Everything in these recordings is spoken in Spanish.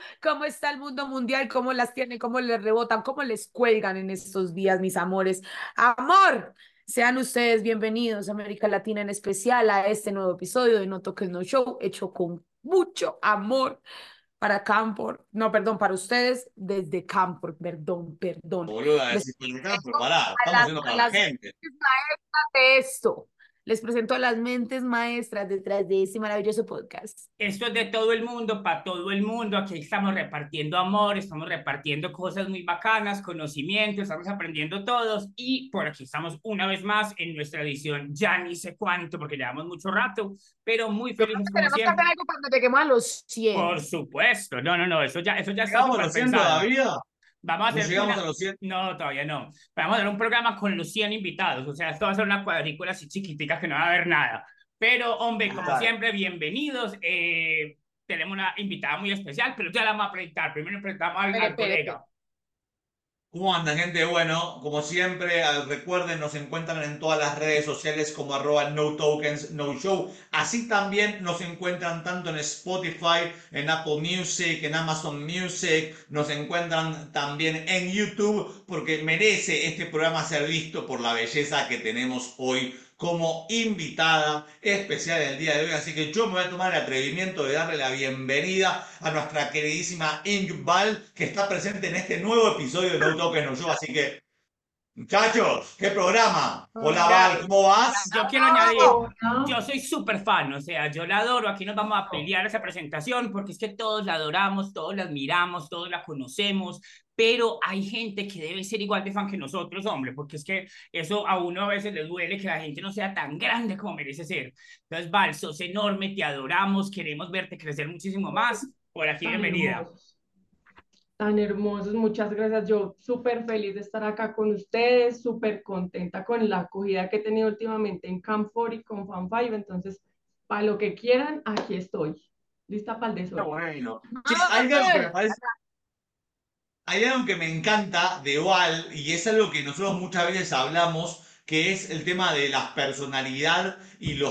¿Cómo está el mundo mundial? ¿Cómo las tienen? ¿Cómo les rebotan? ¿Cómo les cuelgan en estos días, mis amores? Amor, sean ustedes bienvenidos, América Latina en especial, a este nuevo episodio de No Toques No Show, hecho con mucho amor para Campor, no, perdón, para ustedes desde Campor, perdón. Boluda, Les decir acá, pero presento pará, estamos haciendo a para la las gente. mentes maestras de esto. Les presento a las mentes maestras detrás de este maravilloso podcast. Esto es de todo el mundo, para todo el mundo. Aquí estamos repartiendo amor, estamos repartiendo cosas muy bacanas, conocimiento, estamos aprendiendo todos. Y por aquí estamos una vez más en nuestra edición, ya ni sé cuánto, porque llevamos mucho rato, pero muy Yo creo felices que como tenemos que hacer siempre. algo cuando lleguemos a los Por 100. supuesto, no, eso ya está ¿Llegamos a súper los 100 pensado. todavía? Vamos a ¿No hacer llegamos a una, los 100? no, todavía no. Vamos a hacer un programa con los 100 invitados. O sea, esto va a ser una cuadrícula así chiquitica que no va a haber nada. Pero, hombre, como Brutal. siempre, bienvenidos. Tenemos una invitada muy especial, pero ya la vamos a presentar. Primero presentamos al Espere. colega. ¿Cómo andan, gente? Bueno, como siempre, recuerden, nos encuentran en todas las redes sociales como arroba no tokens no show. Así también nos encuentran tanto en Spotify, en Apple Music, en Amazon Music. Nos encuentran también en YouTube porque merece este programa ser visto por la belleza que tenemos hoy como invitada especial el día de hoy. Así que yo me voy a tomar el atrevimiento de darle la bienvenida a nuestra queridísima Val, que está presente en este nuevo episodio de No Toques No Show. Así que, muchachos, ¿qué programa? Hola Val, Mira, ¿cómo vas? yo quiero añadir, ¡Bravo! yo soy súper fan, o sea, yo la adoro, aquí nos vamos a pelear esa presentación porque es que todos la adoramos, todos la admiramos, todos la conocemos, pero hay gente que debe ser igual de fan que nosotros, hombre, porque es que eso a uno a veces le duele que la gente no sea tan grande como merece ser. Entonces, Val, sos enorme, te adoramos, queremos verte crecer muchísimo más. Por aquí, Tan bienvenida. hermosos, tan hermosos. Muchas gracias. Yo súper feliz de estar acá con ustedes, súper contenta con la acogida que he tenido últimamente en Camp4 y con Fan5. Entonces, para lo que quieran, aquí estoy. Lista para el Qué desorden. bueno. Che, hay algo que me ¡Amor! parece, hay algo que me encanta de Val y es algo que nosotros muchas veces hablamos, que es el tema de la personalidad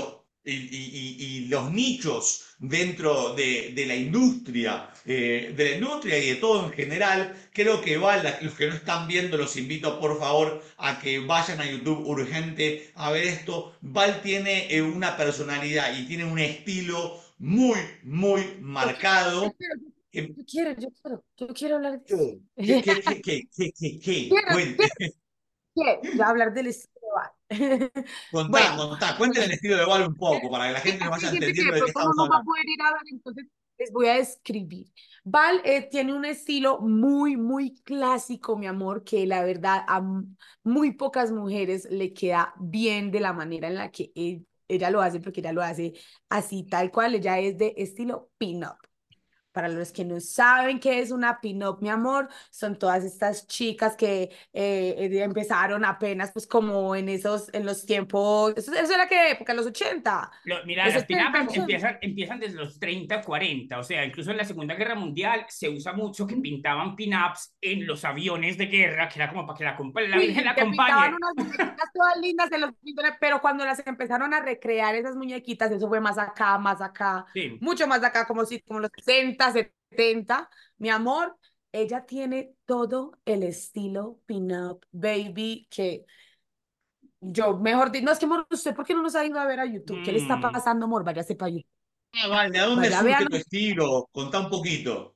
y los nichos dentro de de la industria y de todo en general. Creo que Val, los que no están viendo, los invito por favor a que vayan a YouTube urgente a ver esto. Val tiene una personalidad y tiene un estilo muy Yo quiero, yo marcado. quiero, Eh, yo quiero hablar de eso. ¿Qué? Quiero, Cuente. quiero hablar del estilo. Contá, Bueno, contá, cuenten el estilo de Val un poco para que la gente nos hay vaya gente que entendiendo de de qué pronto no estamos nos va a hablando. poder ir a ver, entonces les voy a describir. Val tiene un estilo muy clásico, mi amor, que la verdad muy pocas mujeres le queda bien de la manera en la que ella lo hace, porque ella lo hace así, tal cual, ella es de estilo pin-up. Para los que no saben qué es una pin-up, mi amor, son todas estas chicas que empezaron apenas, pues como en los tiempos, eso era qué época, los 80, Mira, los las 70, pin-ups 80. empiezan desde los 30, 40, o sea, incluso en la Segunda Guerra Mundial se usa mucho que pintaban pin-ups en los aviones de guerra, que era como para que la Virgen la Sí, que pintaban acompañe. unas muñequitas todas lindas en los pintores, pero cuando las empezaron a recrear esas muñequitas, eso fue más acá, Sí. mucho más acá, como si, como los 60, 70. Mi amor, ella tiene todo el estilo pin-up, baby, que yo, mejor dicho, no es que amor, usted, ¿por qué no nos ha ido a ver a YouTube? ¿Qué le está Mm. pasando, amor? Váyase para YouTube. Val, ¿de dónde Vaya, surge véalo. tu estilo? Contá un poquito.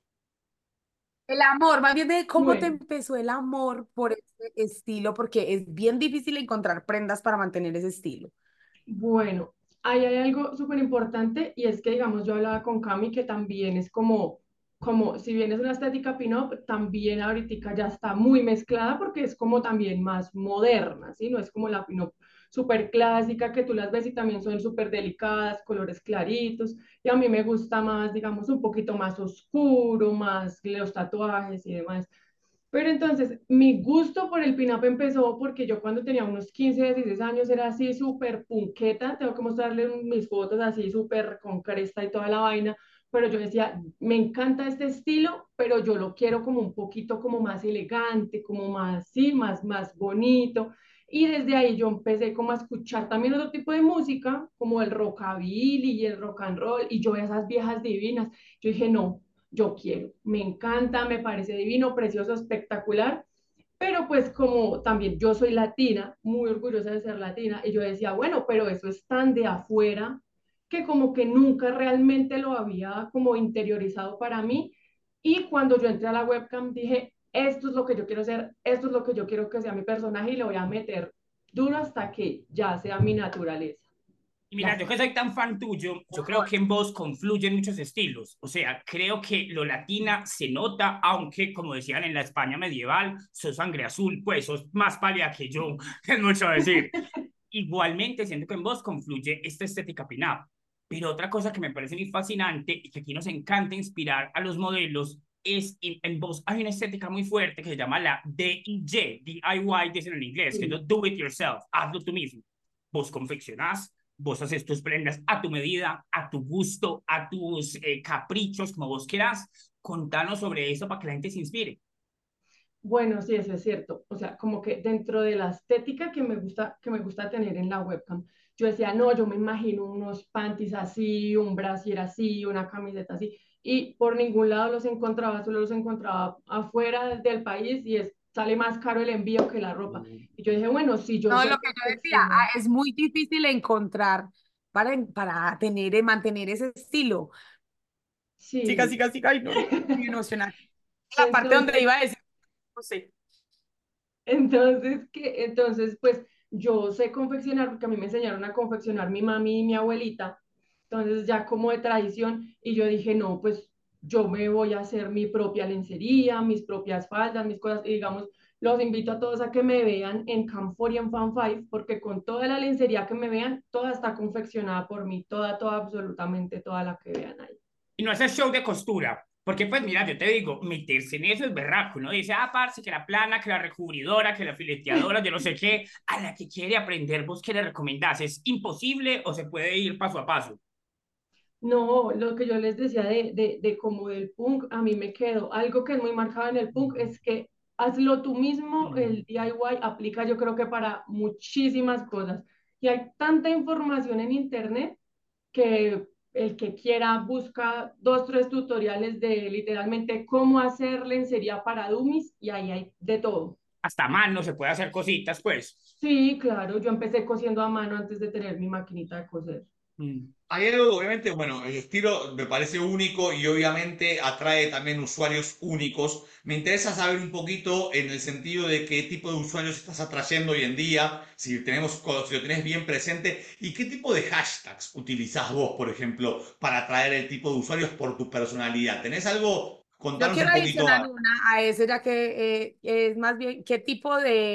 El amor, más bien de cómo te Bueno, empezó el amor por ese estilo, porque es bien difícil encontrar prendas para mantener ese estilo. bueno, ahí hay algo súper importante y es que, digamos, yo hablaba con Cami que también es como, si bien es una estética pin-up, también ahorita ya está muy mezclada porque es como también más moderna, ¿sí? No es como la pin-up súper clásica que tú las ves y también son súper delicadas, colores claritos, y a mí me gusta más, digamos, un poquito más oscuro, más los tatuajes y demás. Pero entonces, mi gusto por el pin-up empezó porque yo cuando tenía unos 15 16 años era así súper punqueta, tengo que mostrarle mis fotos así súper con cresta y toda la vaina, pero yo decía, me encanta este estilo, pero yo lo quiero como un poquito como más elegante, como más, sí, más bonito. Y desde ahí yo empecé como a escuchar también otro tipo de música, como el rockabilly y el rock and roll, y yo esas viejas divinas, yo dije, no. yo quiero, me encanta, me parece divino, precioso, espectacular, pero pues como también yo soy latina, muy orgullosa de ser latina, y yo decía, bueno, pero eso es tan de afuera que como que nunca realmente lo había como interiorizado para mí. Y cuando yo entré a la webcam dije, esto es lo que yo quiero ser, esto es lo que yo quiero que sea mi personaje y lo voy a meter duro hasta que ya sea mi naturaleza. Y mira, Ya. yo que soy tan fan tuyo, yo creo que en vos confluyen muchos estilos. O sea, creo que lo latina se nota, aunque, como decían en la España medieval, sos sangre azul, pues sos más pálida que yo, que es mucho decir. Igualmente, siento que en vos confluye esta estética pin-up. Pero otra cosa que me parece muy fascinante y que aquí nos encanta inspirar a los modelos es en vos hay una estética muy fuerte que se llama la DIY, DIY, dicen en inglés, que es lo Sí. do it yourself, hazlo tú mismo. Vos confeccionás, vos haces tus prendas a tu medida, a tu gusto, a tus caprichos, como vos quieras. Contanos sobre eso para que la gente se inspire. Bueno, sí, eso es cierto. O sea, como que dentro de la estética que me gusta tener en la webcam, yo decía, no, yo me imagino unos panties así, un brasier así, una camiseta así, y por ningún lado los encontraba, solo los encontraba afuera del país y sale más caro el envío que la ropa. Y yo dije, bueno, si yo No, sé lo que yo decía, confeccionar, es muy difícil encontrar para tener, mantener ese estilo. Siga, sí. siga, siga, ay, no, muy emocionante. La parte donde Entonces, iba a decir, no sé. Entonces, pues yo sé confeccionar porque a mí me enseñaron a confeccionar mi mami y mi abuelita. Entonces, ya como de tradición, y yo dije, no, pues yo me voy a hacer mi propia lencería, mis propias faldas, mis cosas. Y digamos, los invito a todos a que me vean en Camfor y en Fan5, porque con toda la lencería que me vean, toda está confeccionada por mí, toda, toda, absolutamente toda la que vean ahí. Y no haces show de costura. Porque, pues, mira, yo te digo, meterse en eso es berraco, ¿no? Dice, ah, parce, que la plana, que la recubridora, que la fileteadora, yo no sé qué. A la que quiere aprender, ¿vos qué le recomendás? ¿Es imposible o se puede ir paso a paso? No, lo que yo les decía de como del punk, a mí me quedó. Algo que es muy marcado en el punk es que hazlo tú mismo, el DIY aplica yo creo que para muchísimas cosas. Y hay tanta información en internet que el que quiera busca dos, tres tutoriales de literalmente cómo hacer lencería para dummies y ahí hay de todo. Hasta mano se puede hacer cositas, pues. Sí, claro, yo empecé cosiendo a mano antes de tener mi maquinita de coser. Mm. Hay algo, obviamente, bueno, el estilo me parece único y obviamente atrae también usuarios únicos. Me interesa saber un poquito en el sentido de qué tipo de usuarios estás atrayendo hoy en día, si lo tenés bien presente y qué tipo de hashtags utilizás vos, por ejemplo, para atraer el tipo de usuarios por tu personalidad. ¿Tenés algo? Yo Contanos quiero un poquito adicionar más. una a ese, ya que es más bien, ¿qué tipo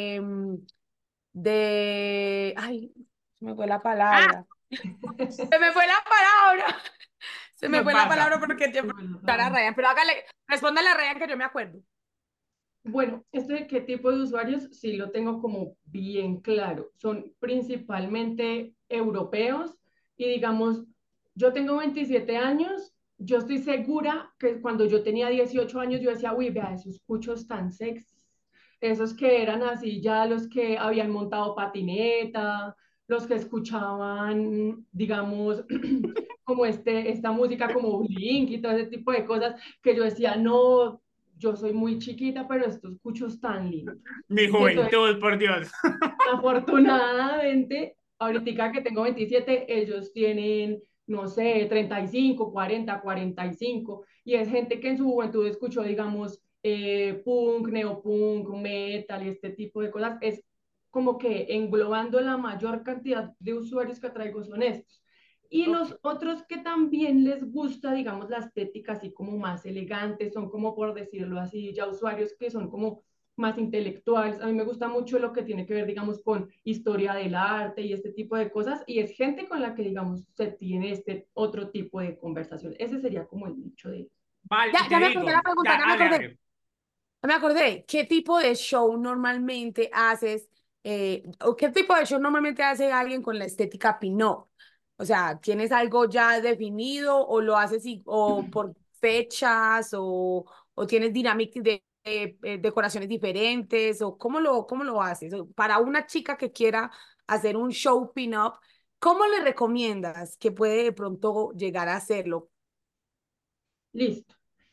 ay, se me fue la ¡Ah! palabra. Se me fue la palabra. Se me Me fue la pasa. palabra porque te Qué buena a palabra. Ryan, pero hágale, respóndale a Ryan que yo me acuerdo. Bueno, este qué tipo de usuarios sí lo tengo como bien claro. Son principalmente europeos y digamos, yo tengo 27 años, yo estoy segura que cuando yo tenía 18 años yo decía, uy, vea esos cuchos tan sexy, esos que eran así ya los que habían montado patineta, los que escuchaban, digamos, como esta música como Blink y todo ese tipo de cosas que yo decía, no, yo soy muy chiquita, pero estos cuchos tan lindos. Mi Y entonces, juventud, por Dios. afortunadamente, ahorita que tengo 27, ellos tienen, no sé, 35, 40, 45, y es gente que en su juventud escuchó, digamos, punk, neopunk, metal y este tipo de cosas. Es como que englobando la mayor cantidad de usuarios que traigo son estos. Y Ok. los otros que también les gusta, digamos, la estética así como más elegante, son como por decirlo así, ya usuarios que son como más intelectuales. A mí me gusta mucho lo que tiene que ver, digamos, con historia del arte y este tipo de cosas, y es gente con la que, digamos, se tiene este otro tipo de conversación. Ese sería como el nicho de... Vale, Ya, y te ya me acordé digo, la pregunta, ya, ya me dale, acordé. dale. Me acordé, ¿qué tipo de show normalmente haces o qué tipo de show normalmente hace alguien con la estética pin-up? O sea, ¿tienes algo ya definido o lo haces o por fechas o tienes dinámicas de decoraciones diferentes o cómo lo haces? O para una chica que quiera hacer un show pin-up, ¿cómo le recomiendas que puede de pronto llegar a hacerlo? Listo.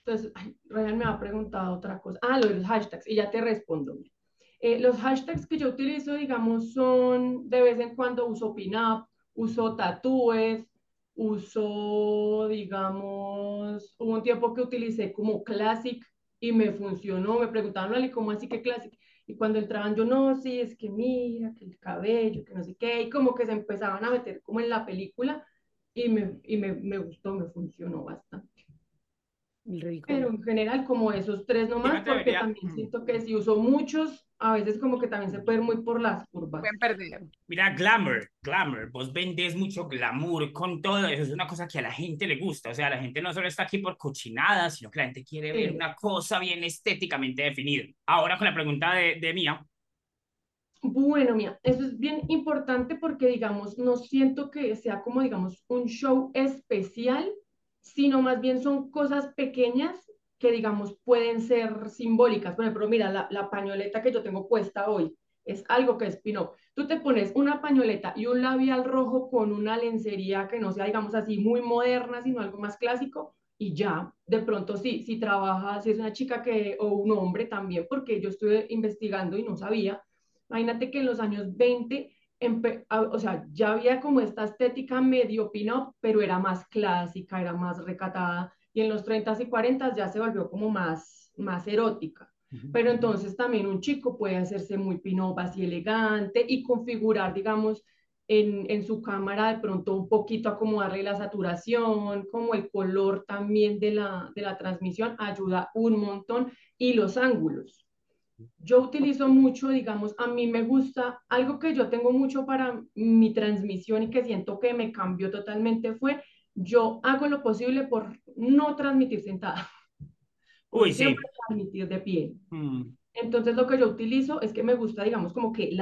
Entonces, ay, Ryan me ha preguntado otra cosa. Ah, lo de los hashtags, y ya te respondo. Los hashtags que yo utilizo, digamos, son de vez en cuando uso pinup, uso tatúes, uso, digamos, hubo un tiempo que utilicé como classic y me funcionó. Me preguntaban, Lali, ¿cómo así que classic? Y cuando entraban yo, no, sí, es que mira, que el cabello, que no sé qué, y como que se empezaban a meter como en la película y me gustó, me funcionó bastante. Rico. Pero en general como esos tres Yo me nomás, porque atrevería, también siento que si uso muchos, a veces como que también se puede ir muy por las curvas. Pueden perder. mira, glamour, glamour, vos vendés mucho glamour con todo eso, es una cosa que a la gente le gusta, o sea, la gente no solo está aquí por cochinadas, sino que la gente quiere ver Sí. una cosa bien estéticamente definida. Ahora con la pregunta de Mía, Bueno, mira, eso es bien importante porque, digamos, no siento que sea como, digamos, un show especial, sino más bien son cosas pequeñas que, digamos, pueden ser simbólicas. Por ejemplo, mira, la pañoleta que yo tengo puesta hoy es algo que es pin-up. Tú te pones una pañoleta y un labial rojo con una lencería que no sea, digamos así, muy moderna, sino algo más clásico, y ya, de pronto sí, si trabaja, si es una chica que, o un hombre también, porque yo estuve investigando y no sabía. Imagínate que en los años 20, o sea, ya había como esta estética medio pin-up, pero era más clásica, era más recatada, y en los 30 y 40 ya se volvió como más erótica. Pero entonces también un chico puede hacerse muy pin-up, así elegante, y configurar, digamos, en su cámara de pronto un poquito acomodarle la saturación, como el color también de la transmisión, ayuda un montón, y los ángulos. Yo utilizo mucho, digamos, a mí me gusta, algo que yo tengo mucho para mi transmisión y que siento que me cambió totalmente fue, yo hago lo posible por no transmitir sentada, por uy, siempre sí. transmitir de pie. Mm. Entonces lo que yo utilizo es que me gusta, digamos, como que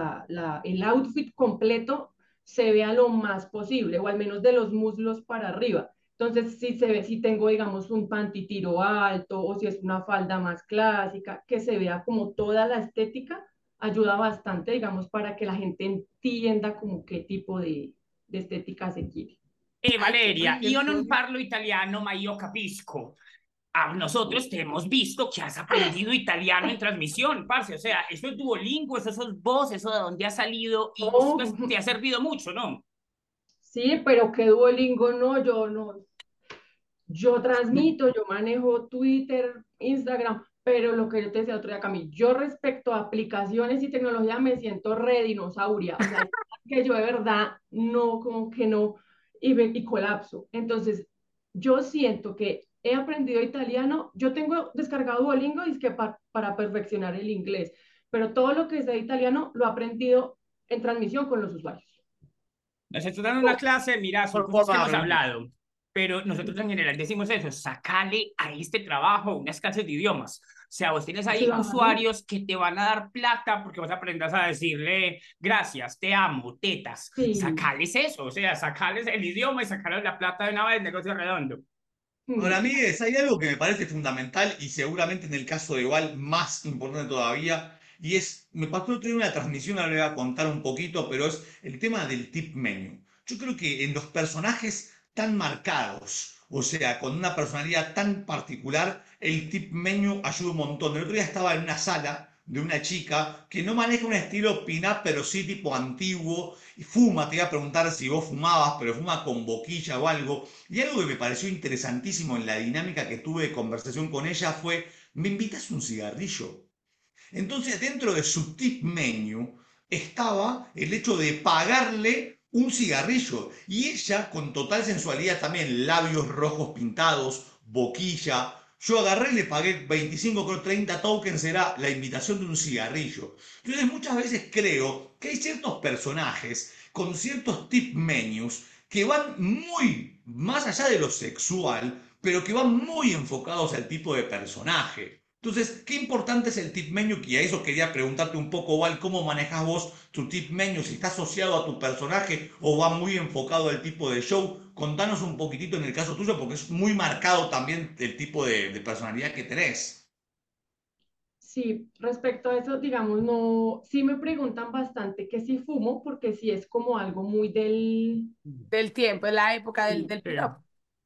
el outfit completo se vea lo más posible, o al menos de los muslos para arriba. Entonces, si se ve, si tengo, digamos, un panty tiro alto, o si es una falda más clásica, que se vea como toda la estética, ayuda bastante, digamos, para que la gente entienda como qué tipo de estética se quiere. Ay, qué Valeria, io precioso. non parlo italiano, ma io capisco. Nosotros te hemos visto que has aprendido italiano en transmisión, parce. O sea, eso es Duolingo, eso sos vos, eso de dónde ha salido y pues, Oh, te ha servido mucho, ¿no? sí, pero que Duolingo no, yo no. Yo transmito, yo manejo Twitter, Instagram, pero lo que yo te decía otro día, Cami, yo respecto a aplicaciones y tecnología me siento re dinosauria, o sea, es que yo de verdad no, como que no, y colapso. Entonces, yo siento que he aprendido italiano, yo tengo descargado Duolingo y es que para perfeccionar el inglés, pero todo lo que es de italiano lo he aprendido en transmisión con los usuarios. Nosotros dando una clase, mira, son Por cosas que hemos formarme. hablado, pero nosotros en general decimos eso, sacale a este trabajo unas clases de idiomas. O sea, vos tienes ahí Claro, usuarios que te van a dar plata porque vos aprendas a decirle gracias, te amo, tetas. sí. Sacales eso, o sea, sacales el idioma y sacales la plata de una vez, negocio redondo. Ahora, Mm. Miguel, hay algo que me parece fundamental y seguramente en el caso de igual más importante todavía, y es, me pasó otro día una transmisión, ahora le voy a contar un poquito, pero es el tema del tip menu. Yo creo que en los personajes tan marcados, o sea, con una personalidad tan particular, el tip menu ayuda un montón. El otro día estaba en una sala de una chica que no maneja un estilo pin-up, pero sí tipo antiguo, y fuma, te iba a preguntar si vos fumabas, pero fuma con boquilla o algo. Y algo que me pareció interesantísimo en la dinámica que tuve de conversación con ella fue, ¿me invitas un cigarrillo? Entonces, dentro de su tip menu estaba el hecho de pagarle un cigarrillo. Y ella, con total sensualidad también, labios rojos pintados, boquilla. Yo agarré y le pagué 25, creo 30 tokens, era la invitación de un cigarrillo. Entonces, muchas veces creo que hay ciertos personajes con ciertos tip menus que van muy más allá de lo sexual, pero que van muy enfocados al tipo de personaje. Entonces, qué importante es el tip menu, y a eso quería preguntarte un poco, Val, ¿cómo manejas vos tu tip menu? Si está asociado a tu personaje o va muy enfocado al tipo de show. Contanos un poquitito en el caso tuyo, porque es muy marcado también el tipo de personalidad que tenés. Sí, respecto a eso, digamos, no, sí me preguntan bastante que si fumo, porque sí es como algo muy del, Del tiempo, es la época del sí, pin-up.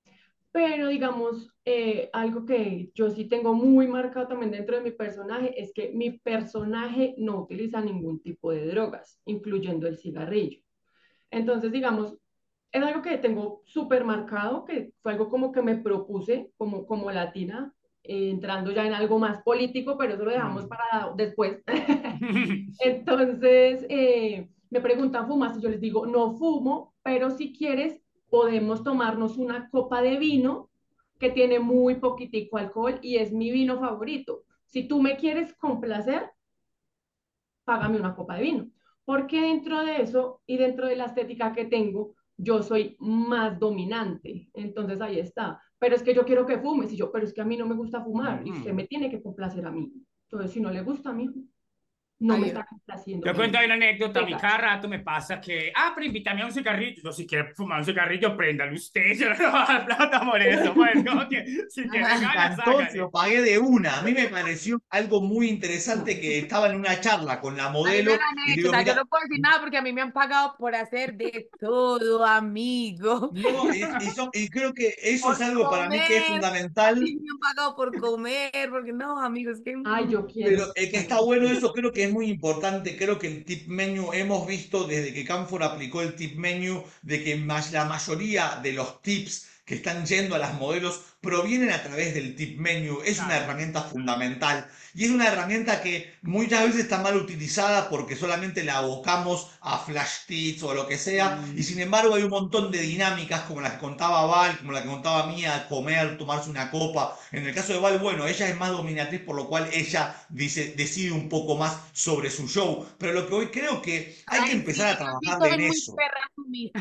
Pero digamos, algo que yo sí tengo muy marcado también dentro de mi personaje es que mi personaje no utiliza ningún tipo de drogas, incluyendo el cigarrillo. Entonces, digamos, es algo que tengo súper marcado, que fue algo como que me propuse como latina, entrando ya en algo más político, pero eso lo dejamos Mm. para después. Entonces, me preguntan, ¿fumas? Y yo les digo, no fumo, pero si quieres, podemos tomarnos una copa de vino que tiene muy poquitico alcohol y es mi vino favorito. Si tú me quieres complacer, págame una copa de vino. Porque dentro de eso y dentro de la estética que tengo, yo soy más dominante. Entonces ahí está. Pero es que yo quiero que fumes. Y yo, pero es que a mí no me gusta fumar y usted Ujú. me tiene que complacer a mí. Entonces, si no le gusta a mí, no me Ay, está complaciendo Te a mí. cuento una anécdota, a qué mí cada gacho. rato me pasa que, pero invítame a un cigarrillo. Yo, si quiere fumar un cigarrillo, préndale usted, yo no le voy a dar plata por eso. Pues, como que, si Me tiene ganas, encantó, se hágale. lo pagué de una. A mí me pareció algo muy interesante que estaba en una charla con la A mí me modelo la han y le hecho, o digo, sea, yo mira, no puedo decir nada porque a mí me han pagado por hacer de todo, amigo. no, y creo que eso es Por algo para mí que es comer. A fundamental. mí me han pagado por comer, porque no, amigos, que Ay, yo Pero quiero. que Bueno, está bueno eso, creo que es muy importante. Creo que el tip menu, hemos visto desde que Canfor aplicó el tip menu, de que la mayoría de los tips que están yendo a las modelos provienen a través del tip menu. Es una Claro. herramienta fundamental y es una herramienta que muchas veces está mal utilizada porque solamente la abocamos a flash tips o lo que sea. Y sin Mm. embargo hay un montón de dinámicas como la que contaba Val, como la que contaba Mía, comer, tomarse una copa. En el caso de Val, bueno, ella es más dominatriz, por lo cual ella decide un poco más sobre su show. Pero lo que hoy creo que hay que Ay, empezar sí, a yo sí trabajar soy en muy eso. perra sumisa.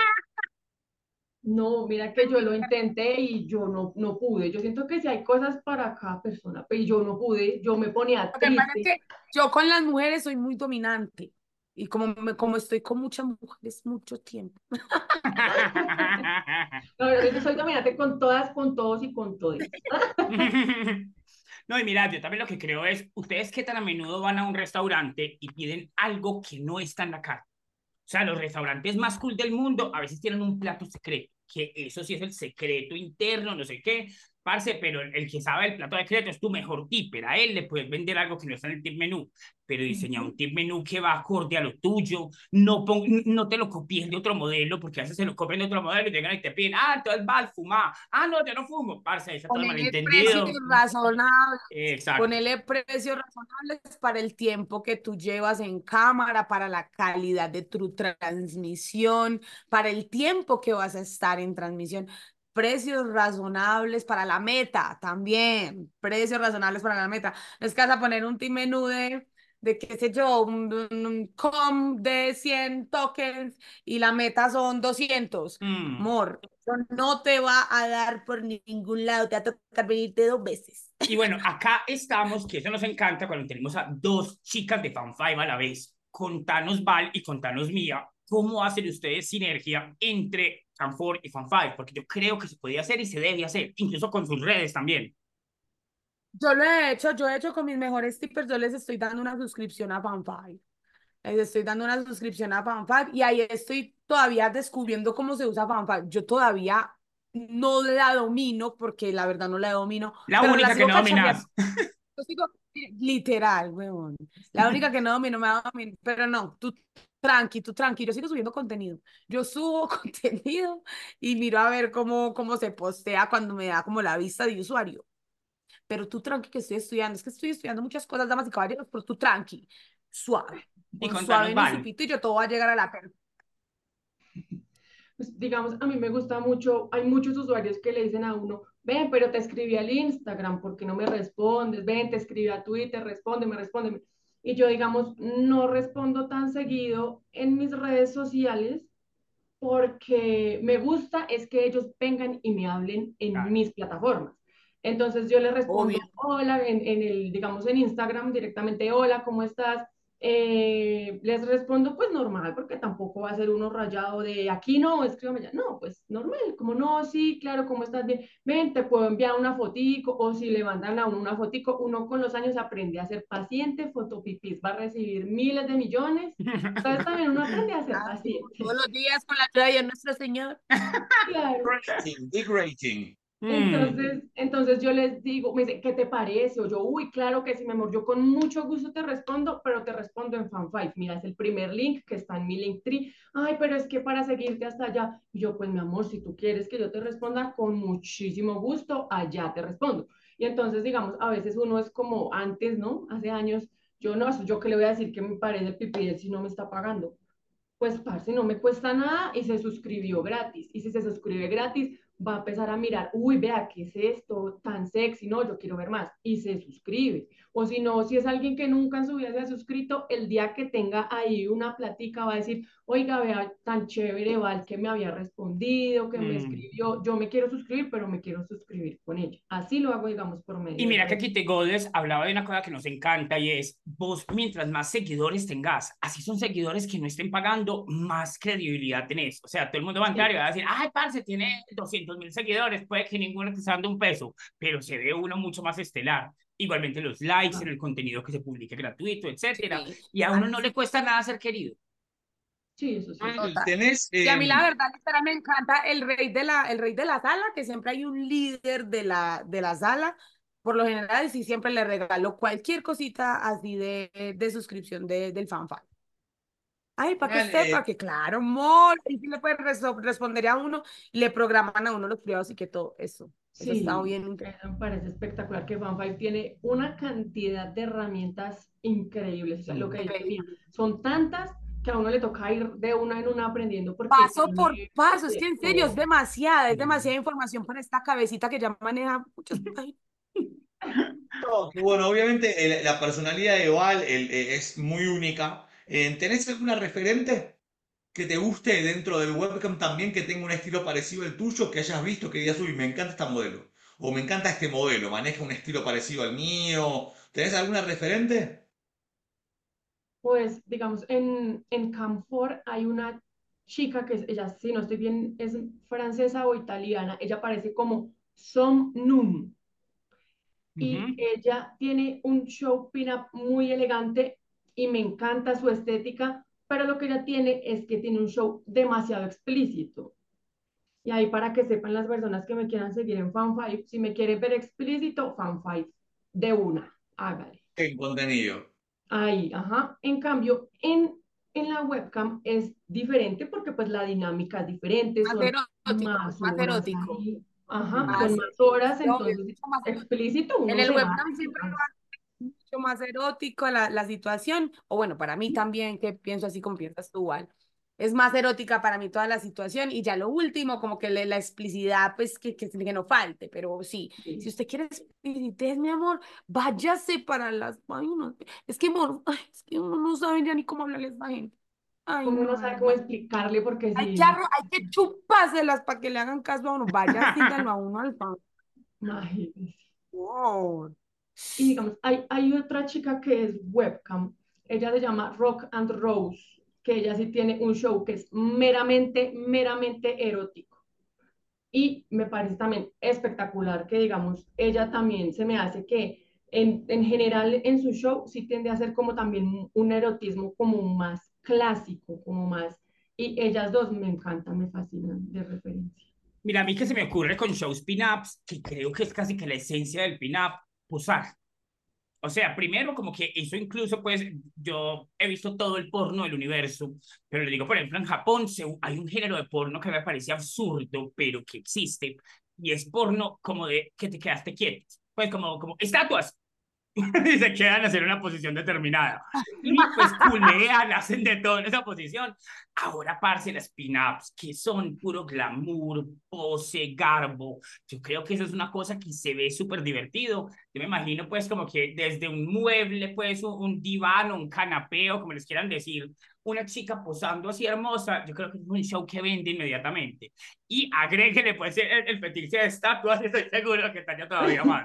no, mira que yo lo intenté y yo no pude. Yo siento que si hay cosas para cada persona, pero yo no pude, yo me ponía Lo que pasa es triste. que yo con las mujeres soy muy dominante. Y como estoy con muchas mujeres mucho tiempo. No, yo soy dominante con todas, con todos y con todos. No, y mira, yo también lo que creo es, ustedes qué tan a menudo van a un restaurante y piden algo que no está en la carta. O sea, los restaurantes más cool del mundo a veces tienen un plato secreto, que eso sí es el secreto interno, no sé qué, parce, pero el que sabe el plato secreto es tu mejor tipper. A él le puedes vender algo que no está en el tip menú, pero diseña un tip menú que va acorde a lo tuyo. No te lo copies de otro modelo, porque a veces se lo copian de otro modelo y llegan y te piden, entonces va al fumar. No, yo no fumo. Parce, ahí está todo el Ponerle precios malentendido. razonables, Exacto. ponerle precios razonables para el tiempo que tú llevas en cámara, para la calidad de tu transmisión, para el tiempo que vas a estar en transmisión. Precios razonables para la meta también, precios razonables para la meta. No es que vas a poner un team menú de qué sé yo, un com de 100 tokens y la meta son 200. Mm. Amor, eso no te va a dar por ningún lado, te va a tocar venirte 2 veces. Y bueno, acá estamos, que eso nos encanta cuando tenemos a dos chicas de Fan Five a la vez. Contanos, Val, y contanos, Mía, ¿cómo hacen ustedes sinergia entre Fan4 y Fan Five? Porque yo creo que se podía hacer y se debe hacer, incluso con sus redes también. Yo lo he hecho, yo he hecho con mis mejores tippers, yo les estoy dando una suscripción a Fanfive. Les estoy dando una suscripción a Fanfive y ahí estoy todavía descubriendo cómo se usa Fanfive. Yo todavía no la domino porque la verdad no la domino, La pero la única que sigo no dominas. cacharreando. Yo sigo, literal, weón. La única que no domino, me va a dominar, pero no, tú tranqui, yo sigo subiendo contenido. Yo subo contenido y miro a ver cómo se postea cuando me da como la vista de usuario. Pero tú tranqui que estoy estudiando, es que estoy estudiando muchas cosas, damas y caballeros, pero tú tranqui, suave, Y con suave contanos, en Val. incipito y yo todo va a llegar a la per. Pues, digamos, a mí me gusta mucho, hay muchos usuarios que le dicen a uno, ven, pero te escribí al Instagram, ¿por qué no me respondes? Ven, te escribí a Twitter, respóndeme, respóndeme. Y yo, digamos, no respondo tan seguido en mis redes sociales porque me gusta es que ellos vengan y me hablen en Claro. mis plataformas. Entonces yo les Obvio. respondo, hola, digamos en Instagram directamente, hola, ¿cómo estás? Les respondo pues normal, porque tampoco va a ser uno rayado de aquí no, escríbame ya. No, pues normal, como no, sí, claro, ¿cómo estás? Bien, ven, te puedo enviar una fotico, o si le mandan a uno una fotico, uno con los años aprende a ser paciente, fotopipis va a recibir miles de millones, entonces también uno aprende a ser Así como todos paciente. los días con la ayuda de Dios nuestro Señor. Claro. Big rating. Entonces yo les digo, me dice, ¿qué te parece? O yo, uy, claro que sí, mi amor, yo con mucho gusto te respondo, pero te respondo en Fan5. Mira, es el primer link que está en mi Linktree. Ay, pero es que para seguirte hasta allá. Y yo, pues mi amor, si tú quieres que yo te responda, con muchísimo gusto, allá te respondo. Y entonces, digamos, a veces uno es como antes, ¿no? Hace años, yo no, yo qué le voy a decir que me parece pipí si no me está pagando. Pues, parce, no me cuesta nada y se suscribió gratis. Y si se suscribe gratis, va a empezar a mirar, uy, vea, ¿qué es esto tan sexy? No, yo quiero ver más. Y se suscribe. O si no, si es alguien que nunca en su vida se ha suscrito, el día que tenga ahí una platica va a decir, oiga, vea, tan chévere, Val, que me había respondido, que me escribió, yo me quiero suscribir, pero me quiero suscribir con ella. Así lo hago, digamos, por Y medio de mira que redes. aquí te Godes hablaba de una cosa que nos encanta y es, vos mientras más seguidores tengas, así son seguidores que no estén pagando, más credibilidad tenés. O sea, todo el mundo va a entrar y Sí, va a decir, ay, parce, tiene 200.000 seguidores, puede que ninguno te esté dando un peso, pero se ve uno mucho más estelar. Igualmente los likes en ah, el contenido que se publique gratuito, etcétera. Sí, Y a uno no le así, cuesta nada ser querido. sí, eso sí es cierto. total. Tenés, Y a mí la verdad, literal, me encanta el rey de la sala, que siempre hay un líder de la sala. Por lo general, sí, siempre le regalo cualquier cosita así de suscripción del fanfic. Ay, para que genial, sepa que claro, amor, y sí le pueden responder a uno, y le programan a uno los privados y que todo eso. Eso está Sí, bien increíble. eso me parece espectacular que Fanfive tiene una cantidad de herramientas increíbles. O sea, lo que dice mía, son tantas que a uno le toca ir de una en una aprendiendo porque Paso por tiene paso, es de que en serio todo. es demasiada información para esta cabecita que ya maneja muchas páginas. no, que bueno, obviamente la personalidad de Val es muy única. ¿Tenés alguna referente que te guste dentro del webcam también que tenga un estilo parecido al tuyo, que hayas visto que digas, uy, me encanta esta modelo? O me encanta este modelo, maneja un estilo parecido al mío. ¿Tenés alguna referente? Pues, digamos, en Camfor hay una chica que ella, si no estoy bien, es francesa o italiana. Ella parece como Som Num. Y Ujú. ella tiene un show pin-up muy elegante y me encanta su estética, pero lo que ella tiene es que tiene un show demasiado explícito. Y ahí para que sepan las personas que me quieran seguir en Fan5, si me quiere ver explícito, Fan5, de una, hágale. En contenido. Ahí, ajá. En cambio, en la webcam es diferente porque pues la dinámica es diferente, Más son erótico, más más horas erótico. ahí, ajá, Mm. son Más, más horas, sí, obvio, es entonces mucho más erótico. explícito En uno el se va webcam y siempre lo cansa. hace mucho más erótico la situación, o bueno, para mí también, que pienso así como piensas tú, igual. Es más erótica para mí toda la situación y ya lo último, como que la explicidad, pues que no falte, pero sí, si Sí. usted quiere explicitar, mi amor, váyase para las páginas. Es que, amor, ay, es que uno no sabe ya ni cómo hablarle a esa gente. Ay, Uno no no, de sabe cómo verdad. explicarle porque Hay que, sí, hay que chupárselas para que le hagan caso a uno. Vaya, síganlo a uno al fan. imagínense. Wow. Y digamos, hay otra chica que es webcam, ella se llama Rock and Rose, que ella sí tiene un show que es meramente, meramente erótico. Y me parece también espectacular que, digamos, ella también se me hace que en general en su show sí tiende a ser como también un erotismo como más clásico, como más, y ellas dos me encantan, me fascinan de referencia. Mira, a mí que se me ocurre con shows pin-ups, que creo que es casi que la esencia del pin-up, posar. O sea, primero como que eso incluso, pues, yo he visto todo el porno del universo, pero le digo, por ejemplo, en Japón hay un género de porno que me parece absurdo, pero que existe, y es porno como de que te quedaste quieto, pues como estatuas, y se quedan a hacer una posición determinada. Y pues culean, hacen de todo en esa posición. Ahora, parce, las pin-ups, que son puro glamour, pose, garbo. Yo creo que eso es una cosa que se ve súper divertido. Yo me imagino, pues, como que desde un mueble, pues, un diván o un canapé, o como les quieran decir, una chica posando así hermosa. Yo creo que es un show que vende inmediatamente. Y agréguele, pues, el fetiche de estatuas, estoy seguro que estaría todavía más.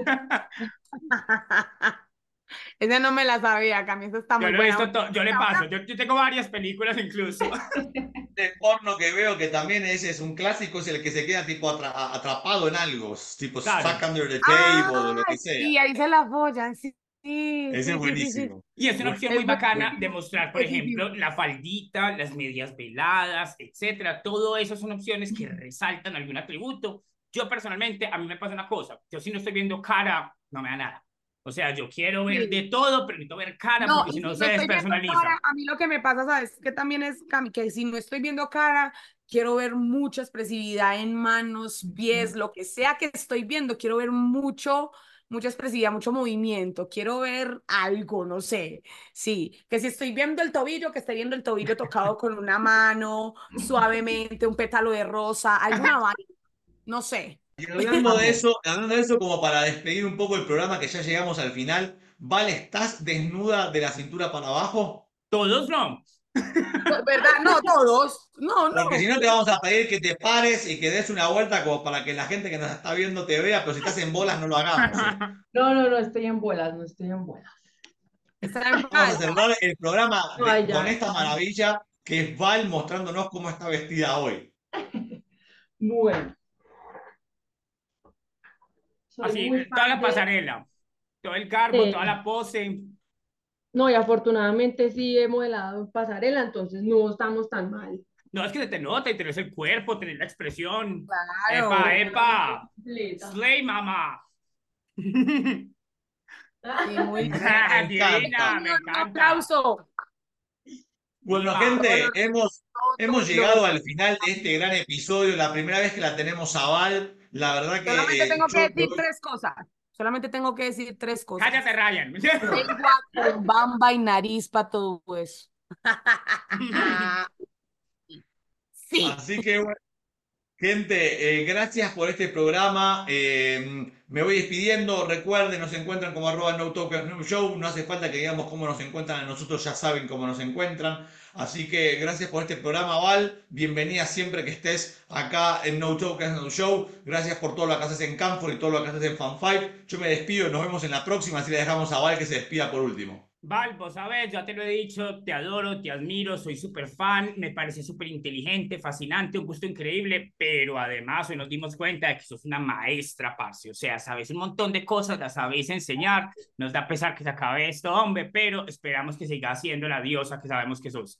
Esa no me la sabía, Cami, esa está Yo muy lo he buena. visto todo, yo le paso, yo tengo varias películas incluso. El porno que veo que también es un clásico, es el que se queda tipo atrapado en algo, tipo Claro. stuck under the table o lo Ah, que sea. sí, ahí se la follan, sí, sí, Ese es sí, sí, sí, sí. buenísimo. Y es una opción muy Es bacana de buenísimo, mostrar, por buenísimo. ejemplo, la faldita, las medias veladas, etcétera. Todo eso son opciones que resaltan algún atributo. yo personalmente, a mí me pasa una cosa, yo si no estoy viendo cara, no me da nada. O sea, yo quiero ver de todo, pero necesito ver cara No, porque si y no si se no estoy viendo despersonaliza. cara, a mí lo que me pasa, ¿sabes? Que también es, Cami, que si no estoy viendo cara, quiero ver mucha expresividad en manos, pies, lo que sea que estoy viendo, quiero ver mucha expresividad, mucho movimiento, quiero ver algo, no sé. Sí, que si estoy viendo el tobillo, que esté viendo el tobillo tocado con una mano, suavemente, un pétalo de rosa, alguna vaina, no sé. Y Amor. hablando de eso, como para despedir un poco el programa, que ya llegamos al final, Vale, ¿estás desnuda de la cintura para abajo? Todos no. ¿Verdad? No, todos. No, Porque si no. no te vamos a pedir que te pares y que des una vuelta como para que la gente que nos está viendo te vea, pero si estás en bolas no lo hagamos, ¿eh? No, no, no estoy en bolas, no estoy en bolas. Está en Vamos a falda. cerrar el programa No, ay, con ya, esta ya. maravilla que es Val mostrándonos cómo está vestida hoy. Bueno, soy Así, muy toda fan la de... pasarela, todo el garbo, toda eh, la pose. no, y afortunadamente sí he modelado en pasarela, entonces no estamos tan mal. No, es que se te nota y tenés el cuerpo, tenés la expresión. ¡Epa, Claro. Tengo la foto epa! completa. ¡Slay, mamá! Sí, muy bien. Me encanta. Divina, me Un encanta. aplauso. Bueno, Viva. Todos gente, los, hemos todos llegado los- al final de este gran episodio, la primera vez que la tenemos a Val. La verdad Solamente que tengo que yo me decir voy. tres cosas. Solamente tengo que decir tres Cállate, cosas. Ryan. Lengua con bamba y nariz para todo eso. Sí. Así que bueno, gente, gracias por este programa. Me voy despidiendo. Recuerden, nos encuentran como arroba no Talkers no show. No hace falta que digamos cómo nos encuentran a nosotros, ya saben cómo nos encuentran. Así que gracias por este programa, Val. Bienvenida siempre que estés acá en No Tokens No Show. Gracias por todo lo que haces en Camfor y todo lo que haces en Fan5. Yo me despido, nos vemos en la próxima. Así le dejamos a Val que se despida por último. Val, vos sabés, ya te lo he dicho, te adoro, te admiro, soy súper fan, me parece súper inteligente, fascinante, un gusto increíble, pero además hoy nos dimos cuenta de que sos una maestra, parce, o sea, sabes un montón de cosas, las sabéis enseñar, nos da pesar que se acabe esto, hombre, pero esperamos que sigas siendo la diosa que sabemos que sos.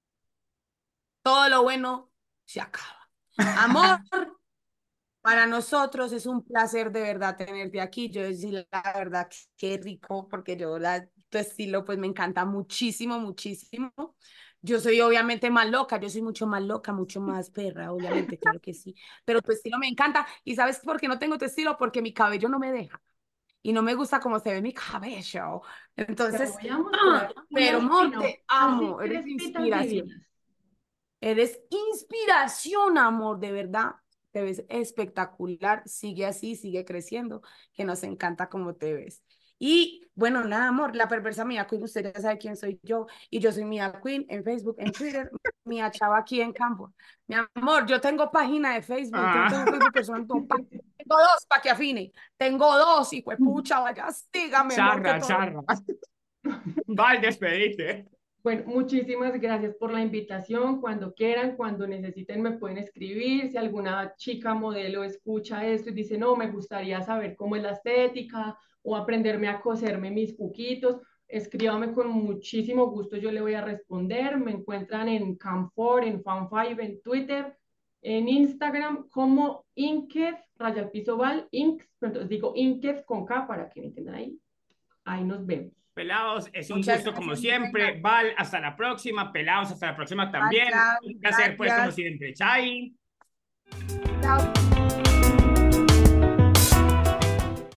Todo lo bueno se acaba. Amor, para nosotros es un placer de verdad tenerte aquí. Yo decir la verdad, qué rico, porque tu estilo pues me encanta muchísimo, muchísimo. Yo soy obviamente más loca, yo soy mucho más loca, mucho más perra, obviamente, claro que sí. Pero tu estilo me encanta. ¿Y sabes por qué no tengo tu estilo? Porque mi cabello no me deja. Y no me gusta cómo se ve mi cabello. Te Entonces, voy a mostrar pero unas amor, pino, te así amo, eres crespitas inspiración. divinas. Eres inspiración, amor, de verdad. Te ves espectacular. Sigue así, sigue creciendo, que nos encanta cómo te ves. Y bueno, nada, amor, la perversa Mia Queen, usted ya sabe quién soy yo. Y yo soy Mia Queen en Facebook, en Twitter, Mia Chava aquí en Campo. Mi amor, yo tengo página de Facebook, yo no tengo Ah, Facebook personal, tengo dos para que afine. Tengo dos, y pues pucha, vaya, sígame, amor, que charra, todo. charra. Val, despedite. Bueno, muchísimas gracias por la invitación. Cuando quieran, cuando necesiten, me pueden escribir. Si alguna chica modelo escucha esto y dice, no, me gustaría saber cómo es la estética o aprenderme a coserme mis cuquitos, escríbame con muchísimo gusto. Yo le voy a responder. Me encuentran en Camfor, en Fan5, en Twitter, en Instagram como Inked, raya al piso Val, Inks, entonces digo Inked con K para que me entiendan ahí. Ahí nos vemos. Pelados, es un Muchas gusto como gracias, mi reina. siempre. Val, hasta la próxima. Pelados, hasta la próxima Chao, también. chao, Un placer, pues, como gracias. siempre. Chai. Chao.